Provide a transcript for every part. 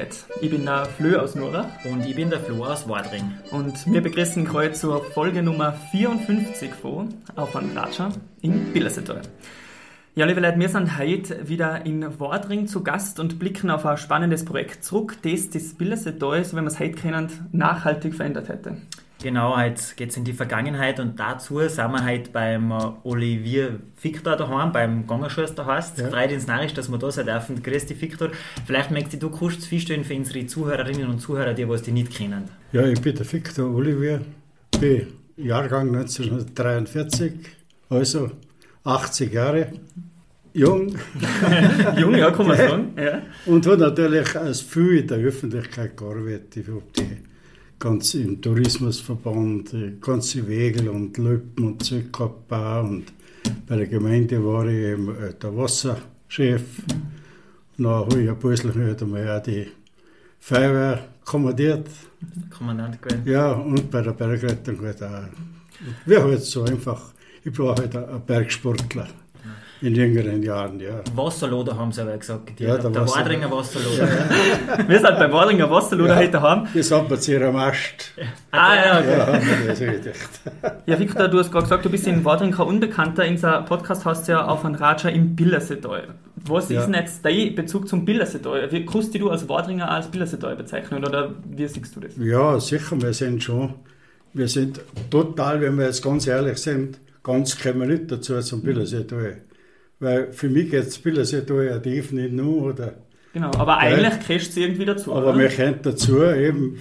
Leute, ich bin der Flö aus Nurach. Und ich bin der Flo aus Wadring. Und wir begrüßen heute zur Folge Nummer 54 von Auf ein Ratscher in Billersetal. Ja, liebe Leute, wir sind heute wieder in Wadring zu Gast und blicken auf ein spannendes Projekt zurück, das Billersetal, so wie wir es heute kennen, nachhaltig verändert hätte. Genau, heute geht es in die Vergangenheit und dazu sind wir heute beim Olivier Victor daheim, beim Gangerschuster heißt. Ja. Freut uns narrisch, dass wir da sein dürfen. Grüß dich, Victor. Vielleicht möchtest du kurz vorstellen für unsere Zuhörerinnen und Zuhörer, die was die nicht kennen. Ja, ich bin der Victor Olivier, bin Jahrgang 1943, also 80 Jahre. Jung. Jung, ja, kann man sagen. Ja. Und habe natürlich als viel in der Öffentlichkeit gearbeitet. Ich habe die ganz im Tourismusverband, die ganze Wegel und Löppen und Zeug gehabt. Und bei der Gemeinde war ich eben der Wasserchef. Dann habe ich ein bisschen auch die Feuerwehr kommandiert. Kommandant gewesen. Ja, und bei der Bergrettung halt auch. Wir halt so einfach, ich war halt ein Bergsportler. In jüngeren Jahren, ja. Wasserloder haben sie aber gesagt. Ja, der Wadringer Wasserloder. Ja. Wir sind beim Wadringer Wasserloder heute daheim. Das hat man zu ihrem Ast. Ja, okay. Ja, haben wir das gedacht. Ja, Victor, du hast gerade gesagt, du bist in Wadring kein Unbekannter. Unser Podcast heißt ja Auf ein Ratscher im Billersetal. Was ist denn jetzt dein Bezug zum Billersetal? Wie kannst du als Wadringer als Billersetal bezeichnen oder wie siehst du das? Ja, sicher, wir sind total, wenn wir jetzt ganz ehrlich sind, ganz kommen wir nicht dazu zum Billersetal. Weil für mich geht das Billersetal ja tief nicht nur. Oder, genau, aber eigentlich kriegst du irgendwie dazu. Aber oder? wir können dazu eben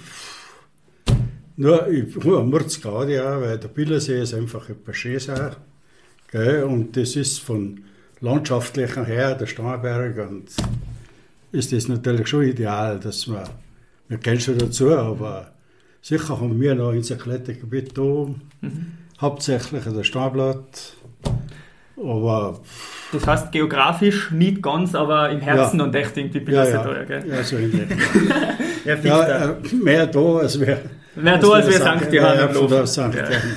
nur, ich habe eine Mordsgaudi auch, weil der Billersee ist einfach ein Schönsee. Und das ist von landschaftlichen her, der Starnberg, und ist das natürlich schon ideal, dass wir kennen schon dazu, aber sicher haben wir noch unser Klettergebiet da, hauptsächlich der Starnblatt. Aber das heißt geografisch nicht ganz, aber im Herzen und echt irgendwie Billersetal, gell? Ja, so ähnlich. Mehr da als wir. Mehr da als wir St. Johann.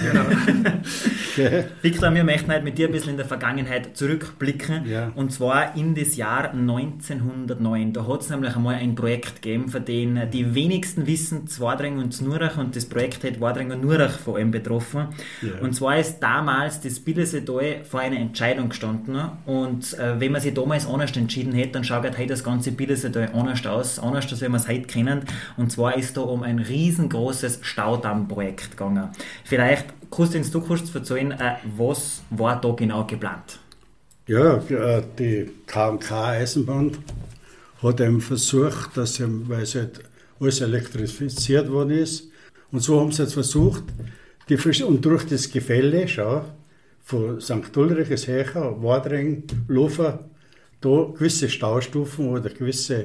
Victor, wir möchten heute mit dir ein bisschen in der Vergangenheit zurückblicken. Ja. Und zwar in das Jahr 1909. Da hat es nämlich einmal ein Projekt gegeben, von dem die wenigsten wissen, Wadring und Nurach. Und das Projekt hat Wadring und Nurach vor allem betroffen. Ja. Und zwar ist damals das Billersetal vor einer Entscheidung gestanden. Und wenn man sich damals anders entschieden hätte, dann schaut heute das ganze Billersetal anders aus, anders als wir es heute kennen. Und zwar ist da um ein riesengroßes Staudammprojekt gegangen. Vielleicht kannst du uns kurz erzählen, was war da genau geplant? Ja, die K&K-Eisenbahn hat eben versucht, weil es halt alles elektrifiziert worden ist, und so haben sie jetzt versucht, und durch das Gefälle, von St. Ulrichs her, Wadring, Lofer, da gewisse Staustufen oder gewisse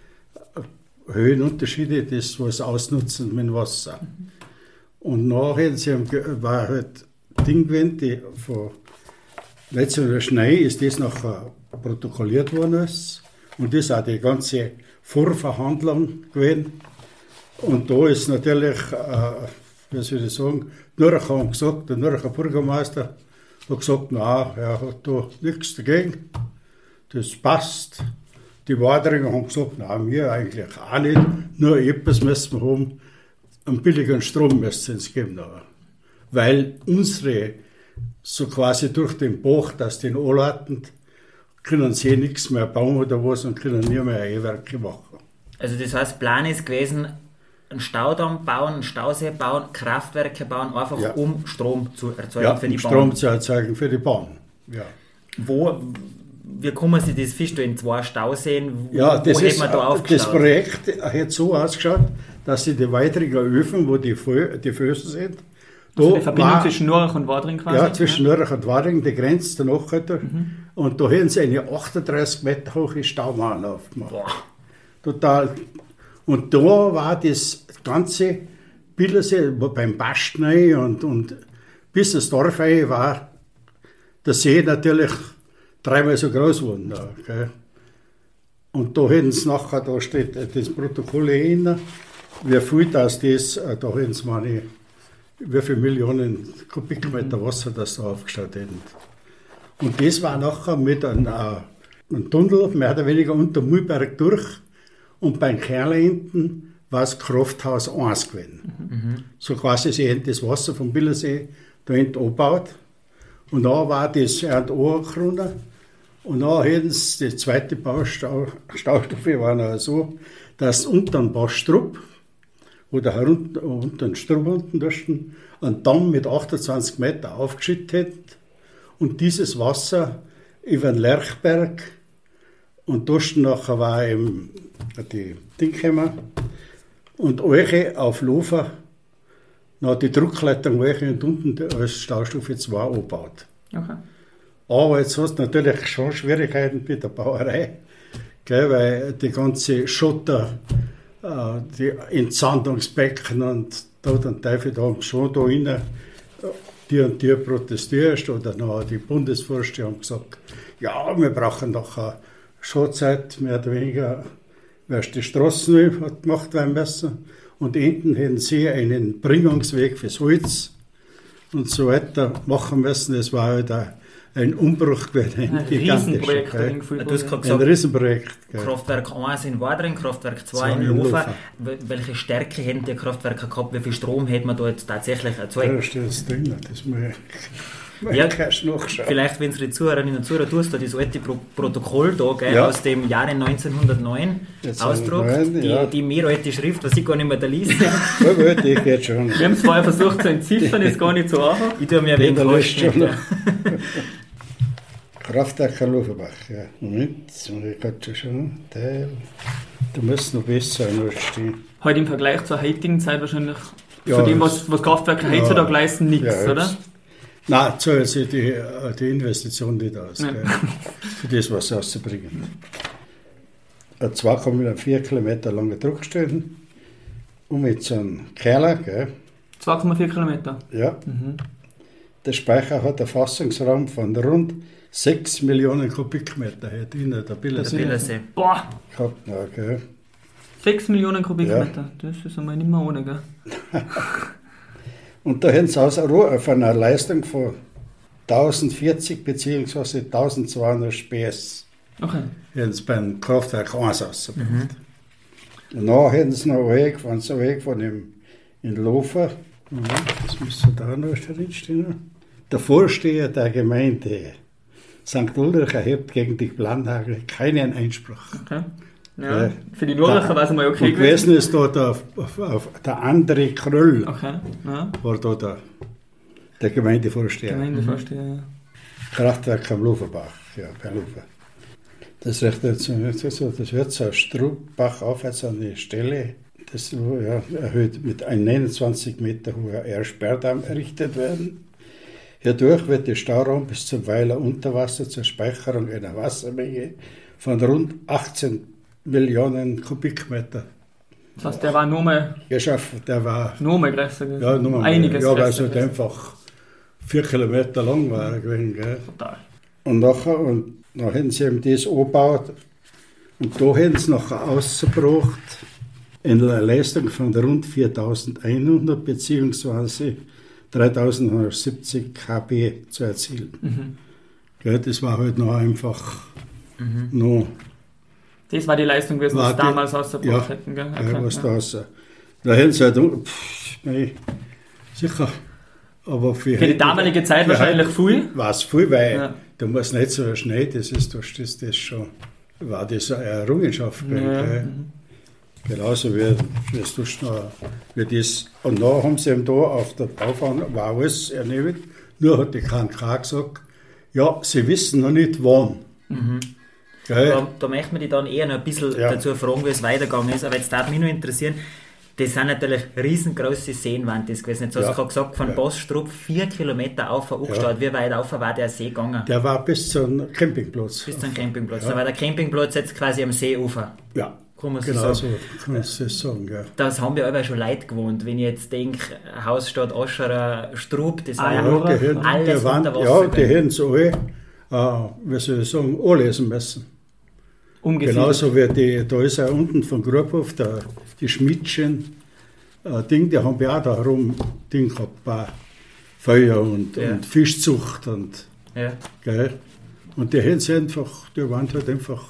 Höhenunterschiede, das was ausnutzen mit dem Wasser. Und nachher war halt Ding gewesen, von letzter Schnee ist das nachher protokolliert worden. Und das ist auch die ganze Vorverhandlung gewesen. Und da ist natürlich, wie soll ich sagen, Nurach haben gesagt, der Nuracher Bürgermeister hat gesagt, nein, er hat da nichts dagegen, das passt. Die Wadringer haben gesagt, nein, wir eigentlich auch nicht, nur etwas müssen wir haben. Einen billigen Strom müsste es geben. Weil unsere, so quasi durch den Bach, dass den anleiten, können sie nichts mehr bauen oder was und können nie mehr E-Werke machen. Also das heißt, Plan ist gewesen, einen Staudamm bauen, einen Stausee bauen, Kraftwerke bauen, einfach um Strom zu erzeugen für die Bahn. Strom zu erzeugen für die Bahn, ja. Wie kann man sich das vorstellen? 2 Stauseen, wo hätte man da aufgestaut? Das Projekt hat so ausgeschaut, dass die Wadringer Öfen, wo die Fösen sind, also die Verbindung zwischen Nurach und Wadring quasi? Ja, zwischen Nurach und Wadring, die Grenze danach. Und da hätten sie eine 38 Meter hohe Staumauer aufgemacht. Boah. Total. Und da war das ganze Bildersee, beim Bastnei und bis das Dorf war der See natürlich 3-mal so groß geworden. Okay. Und da hätten sie nachher, da steht das Protokoll hin, wie viel das, da hätten sie meine, wie viele Millionen Kubikmeter Wasser das da aufgestellt hätten. Und das war nachher mit einem Tunnel, mehr oder weniger unter Mühlberg durch, und beim Kerl hinten war es Krafthaus 1 gewesen. So quasi, sie hätten das Wasser vom Billersee da hinten angebaut und da war das angekrundet und dann hätten sie, die zweite Baustaustufe war noch so, dass unter dem Baustrupp oder unter dem Strupp unten einen Damm mit 28 Meter aufgeschüttet hätten und dieses Wasser über den Lerchberg und dort nachher war eben die Dingkämmer und Euche auf Lofer noch die Druckleitung Euche und unten als Staustufe 2 angebaut. Okay. Aber jetzt hast du natürlich schon Schwierigkeiten mit der Bauerei, gell, weil die ganze Schotter, die Entsandungsbecken und da und Teufel, da haben schon da innen die und die protestierst oder noch die Bundesvorsteher haben gesagt, ja, wir brauchen doch eine Schutzeit, mehr oder weniger, wirst die Straßen hat gemacht werden müssen und hinten hätten sie einen Bringungsweg fürs Holz und so weiter machen müssen. Das war halt ein Umbruch gewesen. Ein Riesenprojekt. Du hast gerade ein Riesenprojekt. Kraftwerk 1 in Wadring, Kraftwerk 2 in Lofer. Welche Stärke hätten die Kraftwerke gehabt? Wie viel Strom hätte man da jetzt tatsächlich erzeugt? Ja, da steht das drin, das muss ich Ja, nachschauen. vielleicht, wenn es die Zuhörerinnen und Zuhörer tust, da das alte Protokoll da, gell, Ja. aus dem Jahre 1909 ausdruckt, ja. die mir alte Schrift, was ich gar nicht mehr da lese. Ja gut, ich geht schon. Wir haben es vorher versucht zu entziffern, ist gar nicht so einfach. Ich tue mir ein wenig Jeder lässt schon vorstellen. Kraftwerk Lufenbach, ja. Moment, ich gerade schon. Da muss noch besser stehen. Heute im Vergleich zur heutigen Zeit wahrscheinlich Ja, von dem, was Kraftwerke heutzutage leisten, nichts, ja, oder? Nein, zahlt sich die Investition nicht aus, Ja. gell, für das, was sie rauszubringen. Ein 2,4 Kilometer langer Druckstellen und mit so einem Keller, gell, 2,4 Kilometer. ja. Der Speicher hat einen Fassungsraum von rund 6 Millionen Kubikmeter hier drinnen, der Billersee. Billersee. Boah, Gehabt, ja, gell. 6 Millionen Kubikmeter. Das ist einmal nicht mehr ohne, gell? Und da haben sie von einer Leistung von 1040 bzw. 1200 PS Okay. haben sie beim Kraftwerk 1 ausgebracht. Und dann haben sie noch Weg von dem in Lofer. Moment, das müsste da noch drinstehen. Der Vorsteher der Gemeinde St. Ulrich erhebt gegen die Planlage keinen Einspruch. Okay. Ja, für die Nurlacher war es mal okay Und gewesen ist da der André Kröll, Okay, ja. war da der Gemeindevorsteher. Gemeindevorsteher, ja. Kraftwerk am Lufenbach, ja, bei Lufer. Das rechnet so, das wird so ein Strubbach aufwärts an die Stelle, das erhöht mit einem 29 Meter hoher Sperrdamm errichtet werden. Hierdurch wird der Stauraum bis zum Weiler Unterwasser zur Speicherung einer Wassermenge von rund 18 Millionen Kubikmeter Das heißt, der war nur mal geschaffen. Der war größer gewesen. ja, nur Einiges ja, weil es größer halt gewesen. einfach 4 Kilometer lang war. Gewesen, gell? Total. Und dann haben sie eben das angebaut und da haben sie nachher ausgebracht in einer Leistung von rund 4.100 bzw. 3.170 kb zu erzielen. Gell, das war halt noch einfach noch Das war die Leistung gewesen, was War sie die- damals ausgebracht ja, hätten, gell? ja, was ja. da ist. Da haben sie halt, sicher, aber Für die damalige Zeit wahrscheinlich viel. war es viel, weil Ja. du musst nicht so schnell, das schon, war das eine Errungenschaft. Ja. Gell? Genauso wie das wie das. Und dann haben sie eben da auf der Baufahne, war alles ernehmigt, nur hat die KNK gesagt, ja, sie wissen noch nicht wann. Gell? Da möchte man die dann eher noch ein bisschen Ja. dazu fragen, wie es weitergegangen ist. Aber jetzt darf mich nur interessieren, das sind natürlich riesengroße Seenwände gewesen. Jetzt hast du Ja. gerade gesagt, von Ja. Bostrup 4 Kilometer auf angestaut. Wie weit auf war der See gegangen? Der war bis zum Campingplatz. Bis zum Campingplatz. Ja. Da war der Campingplatz jetzt quasi am Seeufer. Ja, Kann man so genau sagen. so kann man das sagen. Ja. Das haben wir aber schon Leute gewohnt. Wenn ich jetzt denke, Hausstadt Ascherer, Strub, das war ja, ja Die haben, alles die waren, unter ja, Wasser. die hätten es alle, wie soll ich sagen, anlesen müssen. Umgesiedelt. Genauso wie da ist auch unten von Grubhof, die Schmidtchen, die haben ja auch da herum Ding gehabt, bei Feuer und Fischzucht und, Ja. gell. Und die hätten sie einfach, die waren halt einfach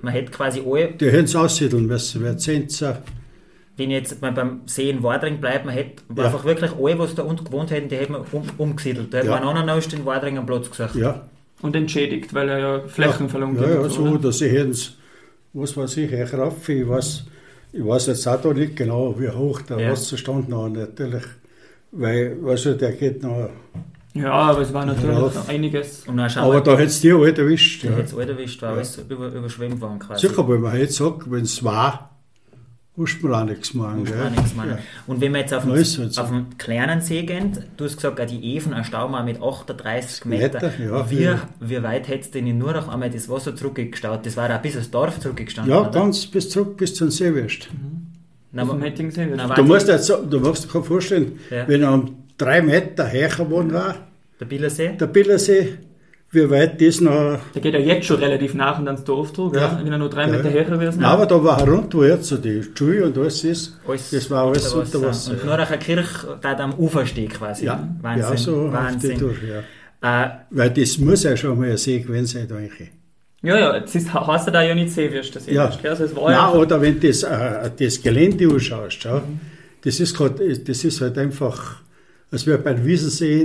man hätte quasi alle... Die hätten es aussiedeln müssen, wer Zenzer. Wenn ich jetzt mal beim See in Wadring bleibt, man hätte einfach wirklich alle, die da unten gewohnt hätten, die hätten wir umgesiedelt. Da hätte man einen anderen in Wadring einen Platz gesagt. Ja. Und entschädigt, weil er ja Flächen verloren hat. Ja, so, dass sie hätten es, was weiß ich, echt rauf. Ich weiß jetzt auch da nicht genau, wie hoch der Wasserstand noch natürlich, weil, weißt du, der geht noch... Ja, aber es war natürlich noch einiges. Aber da hätte es die alle erwischt. Da hätte es alle erwischt, weil alles überschwemmt worden quasi. Sicher, weil man jetzt sagt, wenn es war, musst man auch nichts machen. Ja. Und wenn wir jetzt auf einen kleinen See gehen, du hast gesagt, die Even, ein Staumauer mit 38 Meter. Wie weit hätte es denn in Nurach einmal das Wasser zurückgestaut? Das war da bis ins Dorf zurückgestanden, ja, oder? Ganz bis zurück, bis zum Seewürst. Du musst dir vorstellen, wenn er um 3 Meter höher geworden war, der Billersee, wie weit das noch... Der geht ja jetzt schon relativ nach und ans Dorf drüber, wenn er nur 3 Meter höher gewesen ist. Nein, aber da war herunter, wo jetzt so die Schule und alles ist, das war alles unter Wasser. Und nur eine Kirche, da am Ufer steht quasi. Ja, Wahnsinn. Ja, so Wahnsinn. Durch, weil das muss ja schon mal ein See gewesen sein, denke ich. Ja, jetzt heißt er da ja nicht Seewürst. Also es war Nein, oder wenn du das Gelände anschaust, das ist halt einfach, als wäre bei den Wiesensee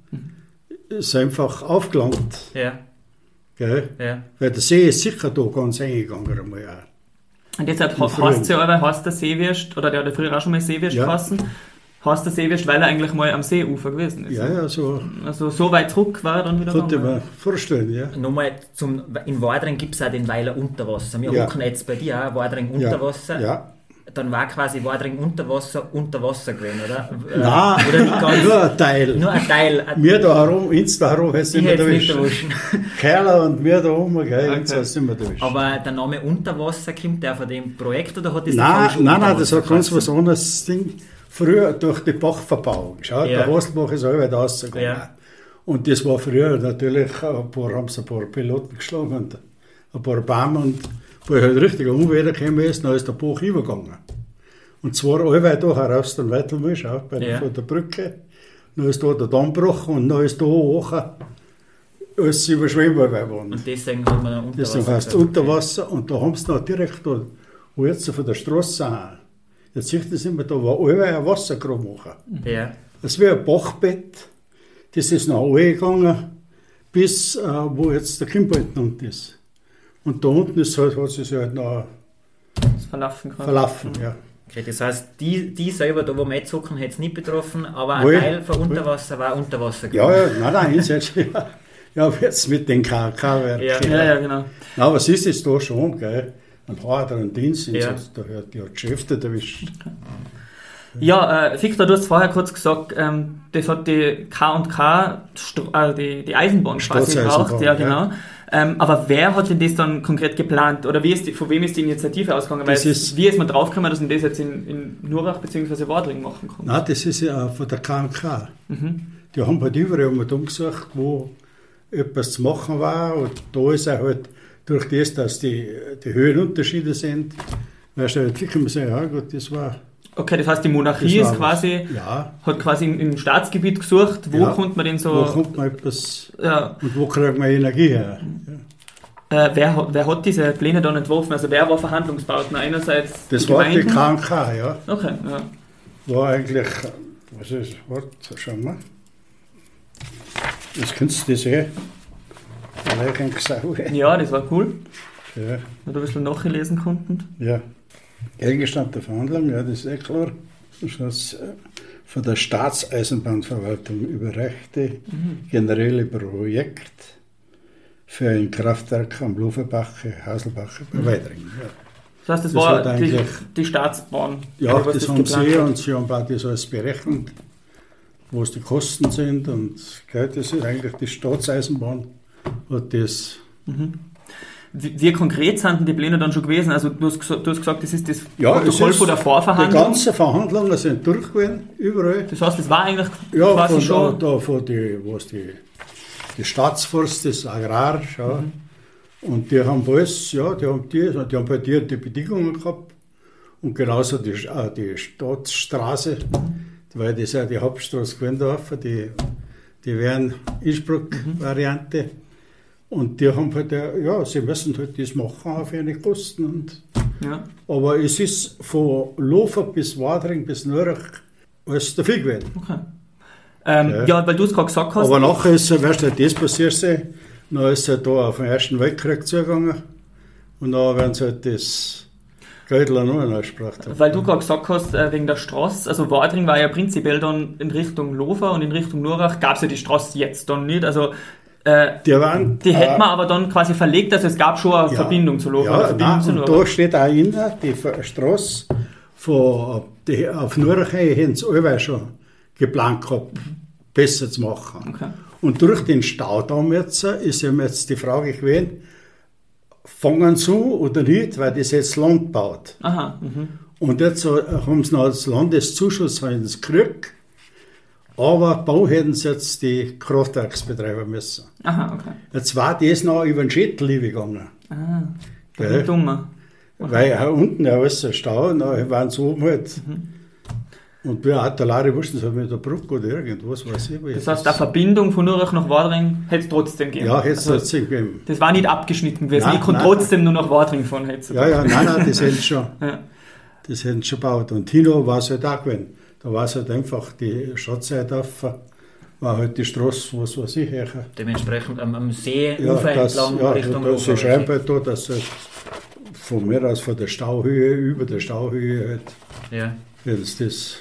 ist einfach aufgelangt. Ja. Gell? Ja. Weil der See ist sicher da ganz eingegangen einmal auch. Und deshalb heißt es ja aber, heißt der Seewürst, oder der hat früher auch schon mal Seewürst geheißen, heißt der Seewürst, weil er eigentlich mal am Seeufer gewesen ist. Ja, so. Also so weit zurück war er dann wieder. Könnte man vorstellen, ja. Nochmal, in Wadring gibt es auch den Weiler Unterwasser. Wir hocken jetzt bei dir auch Wadring Unterwasser. Ja. Dann war quasi Wadring unter Wasser gewesen, oder? Nein, oder nicht ganz, nur ein Teil. Nur ein Teil. Wir da herum, uns da herum, sind wir erwischt. Kerler und wir da oben, gell, sind wir erwischt. Aber der Name Unterwasser, kommt der von dem Projekt oder hat das Nein, das hat ganz was anderes Ding. Früher durch die Bachverbauung. Schau, der Hasselbach ist allweit rausgegangen. Ja. Und das war früher natürlich, haben sie ein paar Piloten geschlagen und ein paar Bäume und weil halt richtig ein Unwetter gekommen ist, dann ist der Bach übergegangen. Und zwar allweit da heraus, dann Weitelmisch, auch von der Brücke. Dann ist da der Damm gebrochen und dann ist da hoch alles überschwemmbar geworden. Und deswegen hat man Unterwasser. Deswegen heißt Unterwasser und da haben sie noch direkt da, wo jetzt von der Straße sind. Jetzt sieht das immer, da war allweit ein Wassergraben machen. Ja. Das wäre ein Bachbett, das ist noch angegangen, bis wo jetzt der Kimbolden unten ist. Und da unten ist halt, hat es halt noch verlaufen, ja. Okay, das heißt, die selber, da wo wir jetzt hocken, hat es nicht betroffen, aber ein Teil von Unterwasser war Unterwasser gewesen. Nein, ja, jetzt mit den KK-Werken. Ja, genau. Na, aber siehst du jetzt da schon, gell? Ein harter Dienst, da hört die Geschäfte erwischt. Ja, Victor, du hast vorher kurz gesagt, das hat die K&K, die Eisenbahn quasi gebraucht. Ja, genau. Aber wer hat denn das dann konkret geplant? Oder von wem ist die Initiative ausgegangen? Wie ist man draufgekommen, dass man das jetzt in Nurach bzw. Wadring machen kann? Nein, das ist ja von der K&K. Die haben halt überall mal umgesucht, wo etwas zu machen war. Und da ist er halt durch das, dass die Höhenunterschiede sind, weißt du, halt wirklich sagen, ja gut, das war... Okay, das heißt, die Monarchie ist quasi, hat quasi im Staatsgebiet gesucht, wo kommt man denn so... Wo kommt man etwas und wo kriegt man Energie her? Ja. Wer hat diese Pläne dann entworfen? Also wer war Verhandlungspartner? Einerseits das war die K&K, ja. Okay, ja. War eigentlich, was ist, warte, schauen wir. Jetzt könntest du das sehen. Ja, das war cool. Ja. Wenn du ein bisschen nachlesen konnten. Ja. Gegenstand der Verhandlung, ja, das ist klar. Das ist von der Staatseisenbahnverwaltung überreichte generelle Projekt für ein Kraftwerk am Bluferbache, Haselbache bei Wadring. Ja. Das heißt, das war die Staatsbahn? Ja, das haben sie und sie haben auch das alles berechnet, wo es die Kosten sind und das ist eigentlich die Staatseisenbahn hat das... Wie konkret sind denn die Pläne dann schon gewesen? Also du hast gesagt, das ist das Protokoll von der Vorverhandlung. Die ganzen Verhandlungen sind durch gewesen, überall. Das heißt, das war eigentlich quasi schon... Von die Staatsforst, das Agrar, und die haben alles, die haben bei dir die Bedingungen gehabt und genauso die Staatsstraße, weil das ja die Hauptstraße gewesen darf, die Wern-Innsbruck-Variante. Und die haben halt, sie müssen halt das machen auf ihre Kosten. Und, aber es ist von Lofer bis Wadring bis Nürnberg alles der Viel gewesen. Okay. Ja, weil du es gerade gesagt hast. Aber nachher ist weißt du, das passiert sein, dann ist er da auf den Ersten Weltkrieg zugegangen und dann werden sie halt das Geldler noch ausgesprochen. Weil du gerade gesagt hast, wegen der Straße, also Wadring war ja prinzipiell dann in Richtung Lofer und in Richtung Nurach gab es ja die Straße jetzt dann nicht, also die hätten wir aber dann quasi verlegt, also es gab schon eine Verbindung zu Lofer. Und da steht auch in die Straße auf Nurach hätten sie alle schon geplant gehabt, besser zu machen. Okay. Und durch den Staudamm jetzt ist ja jetzt die Frage gewesen, fangen sie oder nicht, weil das jetzt Land baut. Aha. Und jetzt haben sie noch als Landeszuschuss gekriegt, aber Bau hätten sie jetzt die Kraftwerksbetreiber müssen. Aha, okay. Jetzt war das noch über den Schädel gegangen. Ah, das ist dummer. Okay. Weil auch unten alles ein Stau, dann waren sie oben halt. Und bei Atalari wussten sie mit der Brücke oder irgendwas, weiß ich. Das heißt, eine Verbindung von Nurach nach Wadring hätte es trotzdem gegeben? Ja, hätte es trotzdem gegeben. Das war nicht abgeschnitten gewesen, ich konnte trotzdem nur nach Wadring fahren. Nein, das hätten sie schon. Das hätten sie schon gebaut. Und Hino war es halt auch gewesen. Da war es halt einfach die Stadtseite auf, war halt die Straße, was weiß ich, her. Dementsprechend am Seeufer entlang Richtung Lofer. Ja, sie schreiben halt da, dass halt von mir aus von der Stauhöhe über der Stauhöhe halt jetzt das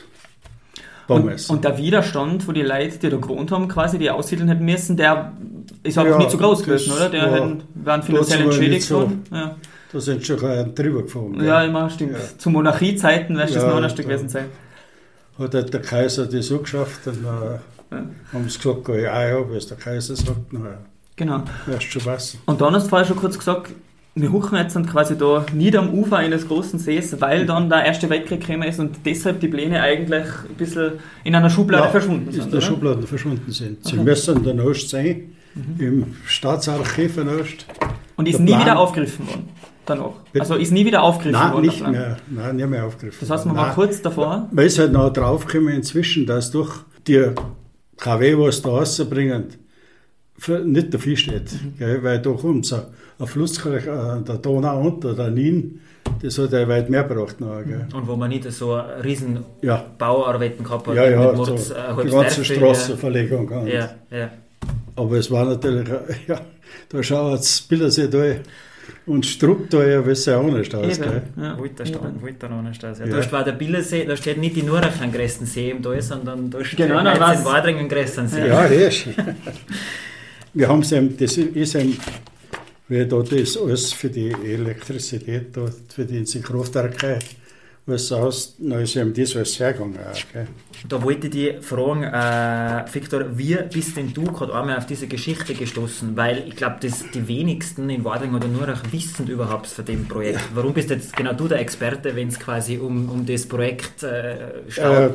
und der Widerstand von den Leuten, die da gewohnt haben, quasi, die aussiedeln hätten müssen, der ist auch nicht so groß gewesen, oder? Der waren finanziell entschädigt worden. Ja. Da sind schon drüber gefahren. Ja, immer stimmt. Ja. Zu Monarchiezeiten wirst das noch ein Stück gewesen sein. Hat halt der Kaiser das so geschafft und haben sie gesagt, wie es der Kaiser sagt, genau. Wirst schon passen. Und dann hast du vorher schon kurz gesagt, wir huchen jetzt quasi da nieder am Ufer eines großen Sees, weil dann der Erste Weltkrieg gekommen ist und deshalb die Pläne eigentlich ein bisschen in einer Schublade verschwunden sind. In der Schublade verschwunden sind. Sie müssen in der Ost sein, im Staatsarchiv in Ost. Und ist nie wieder aufgegriffen worden? Danach. Also ist nie wieder aufgegriffen worden? Nicht mehr aufgegriffen. Das heißt, man war kurz davor? Man ist halt noch draufgekommen inzwischen, dass durch die KW, was da rausbringen, nicht der Fisch steht. Weil da kommt so ein Fluss, der Donau unter, der Nien, das hat ja weit mehr gebracht. Noch, und wo man nicht so eine riesen Bauarbeiten gehabt hat. Mit Mords, so die ganze Straßenverlegung. Aber es war natürlich, da schaut das Bildersee da und Strupp da ja besser auch nicht aus. Wollte auch nicht aus. Da war der Billersee, da steht nicht die Nurach am größten See im Tal, sondern da steht in Wadring am größten See. Ja, das ist. Wir haben es eben, das ist eben, weil da das alles für die Elektrizität, da, für die Kraftwerke, was aus, dann ist eben das alles hergegangen. Okay. Da wollte ich dich fragen, Viktor, wie bist denn du gerade einmal auf diese Geschichte gestoßen? Weil ich glaube, die wenigsten in Wadring oder Nurach wissen überhaupt von dem Projekt. Warum bist jetzt genau du der Experte, wenn es quasi um das Projekt Stau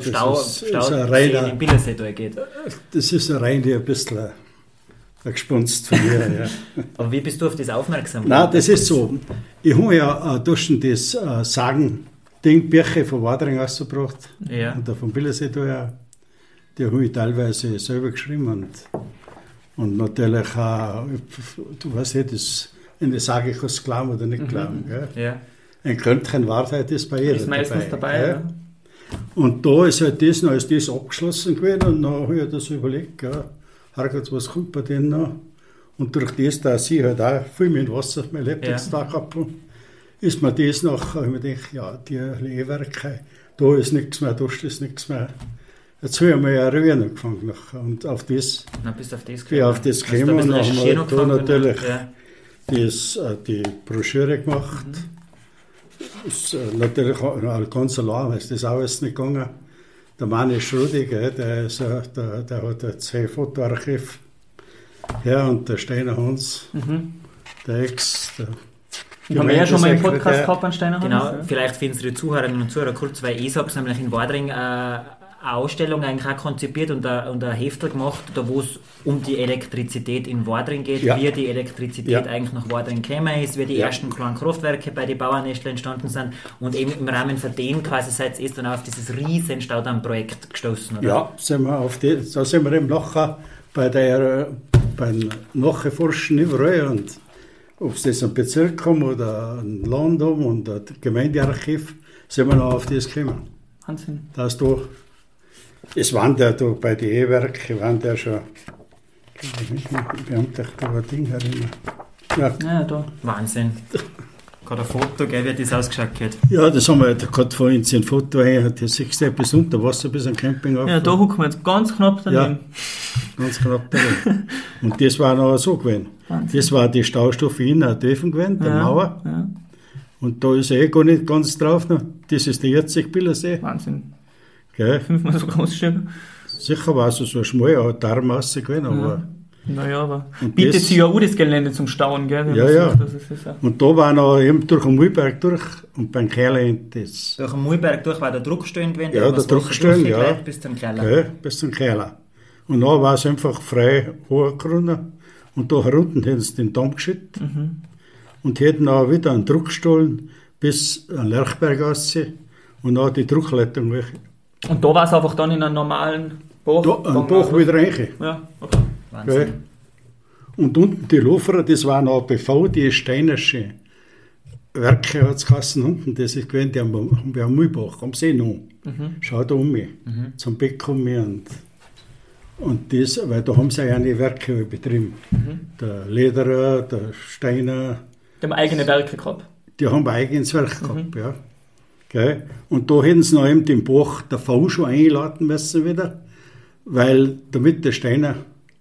in Billersee geht? Das ist ein bisschen ein Gespenst von mir. Ja. Aber wie bist du auf das aufmerksam geworden? Nein, das ist so. Ich habe ja durch das Sagen-Ding Birche von Wadring rausgebracht. Ja. Und von Billersee da, die habe ich teilweise selber geschrieben. Und natürlich auch, du weißt ja, in der Sage ich es glauben oder nicht glauben. Ja. Ein Gründchen Wahrheit ist bei ihr ist meistens dabei. Ja. Und da ist halt das, dann ist das abgeschlossen gewesen und dann habe ich das überlegt, Herrgott, was kommt bei denen noch? Und durch das, dass ich halt auch viel mit Wasser mein Lebtagstag habe, ist mir das noch, ich mir gedacht, die Lehrwerke, da ist nichts mehr, da ist nichts mehr. Jetzt habe ich mal eine Rühe angefangen und auf das, auf das gekommen und dann haben wir da natürlich die Broschüre gemacht. Ist natürlich ganz allein, ist das alles nicht gegangen. Der Manni Schrudi, der hat jetzt ein Fotoarchiv her und der Steiner Hans, der Ex. Wir haben ja schon mal einen Podcast gehabt an Steiner Hans. Genau, vielleicht für unsere Zuhörerinnen und Zuhörer kurz, weil ich habe es nämlich in Wadring eine Ausstellung eigentlich auch konzipiert und ein Heftel gemacht, da wo es um die Elektrizität in Wadring geht, wie die Elektrizität eigentlich nach Wadring gekommen ist, wie die ersten kleinen Kraftwerke bei den Bauernnestler entstanden sind und eben im Rahmen von dem quasi seid ihr dann auf dieses riesen Staudammprojekt gestoßen, oder? Ja, da sind wir eben nachher bei der beim Nachforschen überall. Und ob es das ein Bezirk haben oder ein Land haben und ein Gemeindearchiv, sind wir noch auf das gekommen. Wahnsinn. Dass da, es waren da bei den E-Werken, waren da schon, wir haben doch da ein Ding erinnert. Ja, da. Wahnsinn. Gerade ein Foto, gell, wie das ausgeschaut hat. Ja, das haben wir gerade vorhin ein Foto ein, das siehst du bis unter Wasser, bis am Camping auf. Ja, da hucken wir jetzt ganz knapp daneben. Ja, ganz knapp daneben. Und das war noch so gewesen. Wahnsinn. Das war die Staustoffe in der Döfen gewesen, der Mauer. Ja. Und da ist gar nicht ganz drauf noch. Das ist der jetzige Billersee. Wahnsinn. Gell? 5-mal so groß stehen. Sicher war es so schmal, auch Darmasse gewesen, aber... Naja, aber Und bietet das- sich ja auch das Gelände zum Stauen, gell? wenn Ja, man ja. sagt, das ist ja. Und da war noch eben durch den Mühlberg durch und beim Kerle das... Durch den Mühlberg durch war der Druckstellen gewesen. Ja, da der hat man das Wasser Druckstellen, ja. durchgeleitet bis zum Keller. Gell, bis zum Keller. Und dann war es einfach frei hochgerunnen. Und da herunten hätten sie den Damm geschüttet. Und hätten auch wieder einen Druckstollen bis an Lerchberg raus und dann die Druckleitung weg. Und da war es einfach dann in einem normalen Bach. Da ein Bach wieder rein. Ja, okay. Wahnsinn. Gell. Und unten die Loferer, das waren auch BV, die steinersche Werke hat es geheißen unten. Das ist gewesen, die haben wir am Mühlbach, am See noch. Schau da um mich, zum Beck um mich. Und das, weil da haben sie ja eine Werke betrieben. Der Lederer, der Steiner, Die haben eigene Werke gehabt. die haben ein eigenes Werk gehabt, ja. Gell? Und da hätten sie noch eben den Bach der V schon einladen müssen wieder, weil damit der Steiner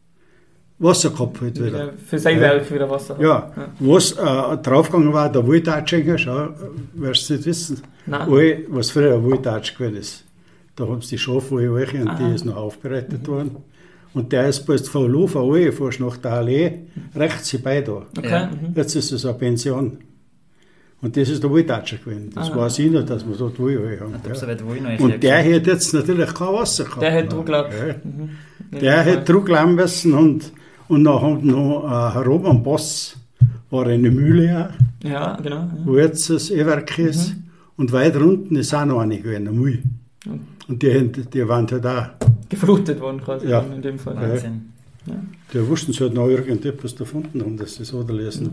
Wasser gehabt hat wieder. Für sein Werk wieder Wasser. Ja, was draufgegangen war, der Wohltatschänger, schau, wirst du nicht wissen, Nein. was früher ein Wohltatsch gewesen ist. Da haben sie die Schafe welche und die ist noch aufbereitet worden. Und der ist bloß von Lufa fährst nach der Allee, rechts vorbei da. Okay. Ja. Jetzt ist es eine Pension. Und das ist der Wohltatscher gewesen. Das war sie noch, dass wir dort Wohl haben. Da so weit, wo ich noch Und der hätte jetzt natürlich kein Wasser gehabt. Der hat Druck gehabt. Ja. Der hätte Druck laufen müssen und dann haben noch herum am Boss war eine Mühle auch, Ja, genau. Ja. wo jetzt das E-Werk ist. Und weiter unten ist auch noch eine gewesen, eine Mühle. Und die waren halt auch, Geflutet worden quasi Ja. in dem Fall. Wahnsinn. die wussten sie halt noch irgendetwas gefunden haben, dass sie so da lesen.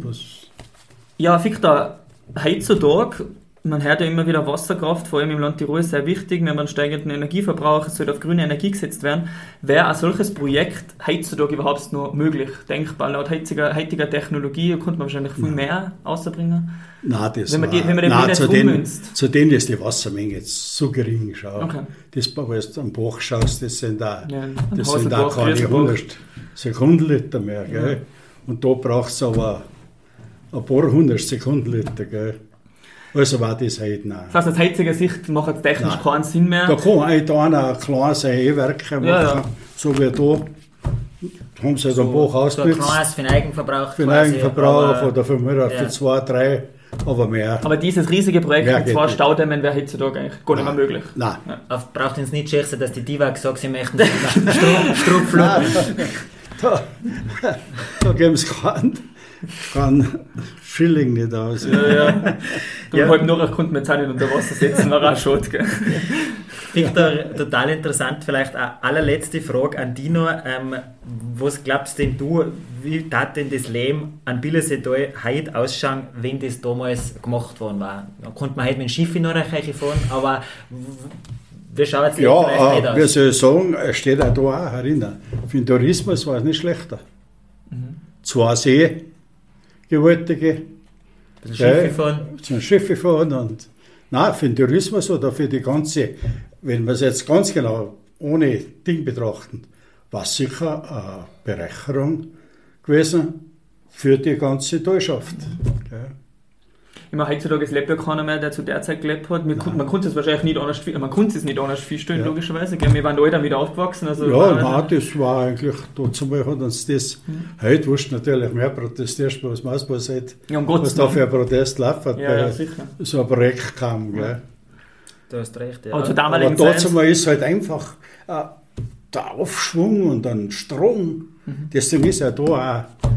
Ja, Victor, heutzutage, man hört ja immer wieder, Wasserkraft, vor allem im Land Tirol, ist sehr wichtig. Wir haben einen steigenden Energieverbrauch, es sollte auf grüne Energie gesetzt werden. Wäre ein solches Projekt heutzutage überhaupt noch möglich, denkbar? Laut heutiger Technologie könnte man wahrscheinlich viel mehr rausbringen. Nein, das Wenn man war, den Netz ummünzt. zu denen ist die Wassermenge jetzt so gering. Schau. Okay. Das, wenn du am Bach schaust, das sind auch, Ja, ein das sind Haselbach, auch keine Riesenbach. 100 Sekundenliter mehr. Gell? Und da braucht es aber ein paar 100 Sekundenliter. Gell? Also war das halt nein. Das heißt, aus heutiger Sicht macht es technisch Nein. keinen Sinn mehr. Da kann halt einer ein kleines E-Werk machen, Ja. so wie da. Haben sie halt am Bach So ein ausgebildet. kleines für den Eigenverbrauch. Für den quasi, Eigenverbrauch aber- oder für Ja. 2, 3, aber mehr. Aber dieses riesige Projekt Ja, mit geht 2 nicht. Staudämmen wäre heutzutage eigentlich gar nicht mehr möglich. Nein. Braucht uns nicht schätzen, dass die Diva gesagt sie möchten Strupflut. Da geben sie keinen Schilling nicht aus. Ja. Du Ja. halb noch konnten wir jetzt auch nicht unter Wasser setzen, war auch schade. Gell? Victor, total interessant. Vielleicht eine allerletzte Frage an dich noch. Was glaubst denn du, wie tat denn das Leben an Billerseetal heute ausschauen, wenn das damals gemacht worden war? Da konnte man heute mit dem Schiff in Norderkirche fahren, aber wie schaut es vielleicht nicht Ja, aus? wie soll ich sagen, es steht auch da auch erinnern. Für den Tourismus war es nicht schlechter. 2 Seegewaltige, Ein Schiff fahren? zum Schiffe fahren und nein, für den Tourismus oder für die ganze, wenn wir es jetzt ganz genau ohne Ding betrachten, war es sicher eine Bereicherung gewesen für die ganze Talschaft. Gell? Ich meine, heutzutage lebt ja keiner mehr, der zu der Zeit gelebt hat. Man konnte es wahrscheinlich nicht anders, man konnte es nicht anders feststellen, Ja. logischerweise. Gell? Wir waren alle dann wieder aufgewachsen. Also Ja, nein, das war eigentlich, dazu mal hat uns das, heute wirst du natürlich mehr protestierst, was Mausbus hat, Ja, um Gottes was da für Willen. ein Protest läuft, Ja, weil ja, sicher. so ein Projekt kam. Gell. Du hast recht, ja. Aber zu Aber damaligen dazu Zeit. mal ist halt einfach der Aufschwung und ein Strom. Deswegen ist ja da auch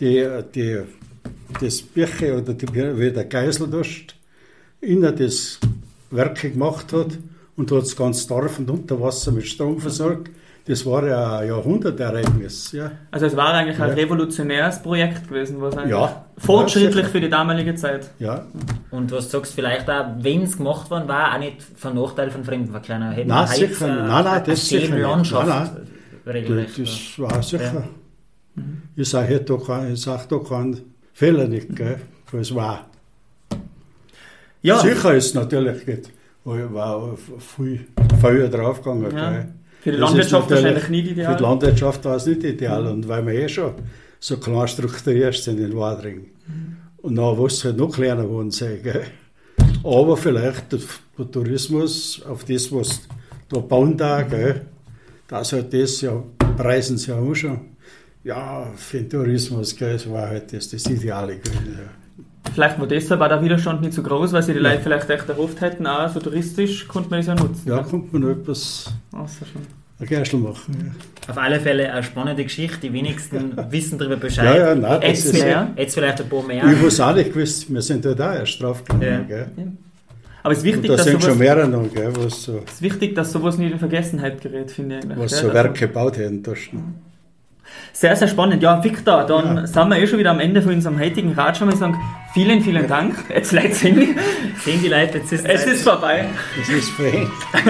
das Birche oder wie der Geiseldurst innen das Werke gemacht hat und hat das ganze Dorf und unter Wasser mit Strom versorgt. Das war ja ein Jahrhundertereignis. Ja. Also es war eigentlich ein revolutionäres Projekt gewesen, was eigentlich fortschrittlich für die damalige Zeit. Ja. Und was sagst du vielleicht auch, wenn es gemacht worden war, auch nicht von Nachteil von Fremdenverkehr? Nein, sicher. Nein, das sicher nicht. Landschaft regelrecht. Das war sicher. Ja. Ich sage da keinen Fehler nicht, gell, was war. Ja. Sicher ist es natürlich nicht. War viel draufgegangen. Ja. Für die Landwirtschaft wahrscheinlich nicht ideal. Für die Landwirtschaft war es nicht ideal. Und weil wir schon so klein strukturiert sind in Wadring. Und dann muss es halt noch kleiner geworden sein. Gell? Aber vielleicht der Tourismus, auf das, was da bauen da, gell? Das halt das ja, preisen sie auch schon. Ja, für den Tourismus, gell, das war halt das Ideale. Ja. Vielleicht war deshalb auch der Widerstand nicht so groß, weil sie die Leute vielleicht echt erhofft hätten, auch so touristisch konnte man das ja nutzen. Ja, konnte man noch etwas ein Gerstl machen. Ja. Auf alle Fälle eine spannende Geschichte, die wenigsten wissen darüber Bescheid. Nein, jetzt vielleicht ein paar mehr. Ich weiß auch nicht gewusst, wir sind ja da erst draufgekommen. Ja. Ja. Aber es ist wichtig, da sind schon mehrere noch, gell, was so. Es ist wichtig, dass sowas nicht in Vergessenheit gerät, finde ich. Was so Werke gebaut haben. Sehr, sehr spannend. Ja, Victor, dann sind wir schon wieder am Ende von unserem heutigen Ratschau. Ich sage vielen, vielen Dank. Jetzt sehen die Leute, es ist vorbei. Es ist vorbei.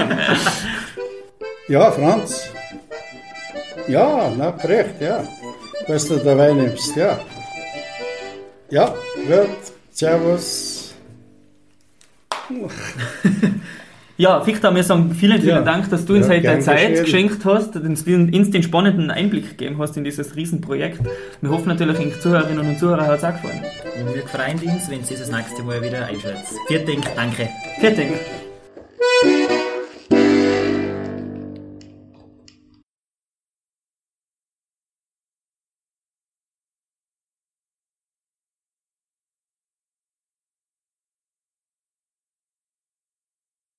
Ja, Franz. Ja, recht, ja. Was du dabei nimmst, ja. Ja, gut. Servus. Ja, Victor, wir sagen vielen, vielen Dank, dass du uns heute deine Zeit geschenkt hast, uns den spannenden Einblick gegeben hast in dieses Riesenprojekt. Wir hoffen natürlich, den Zuhörerinnen und Zuhörern hat es auch gefallen. Und wir freuen uns, wenn Sie das nächste Mal wieder einschalten. Vielen Dank, danke. Vielen Dank.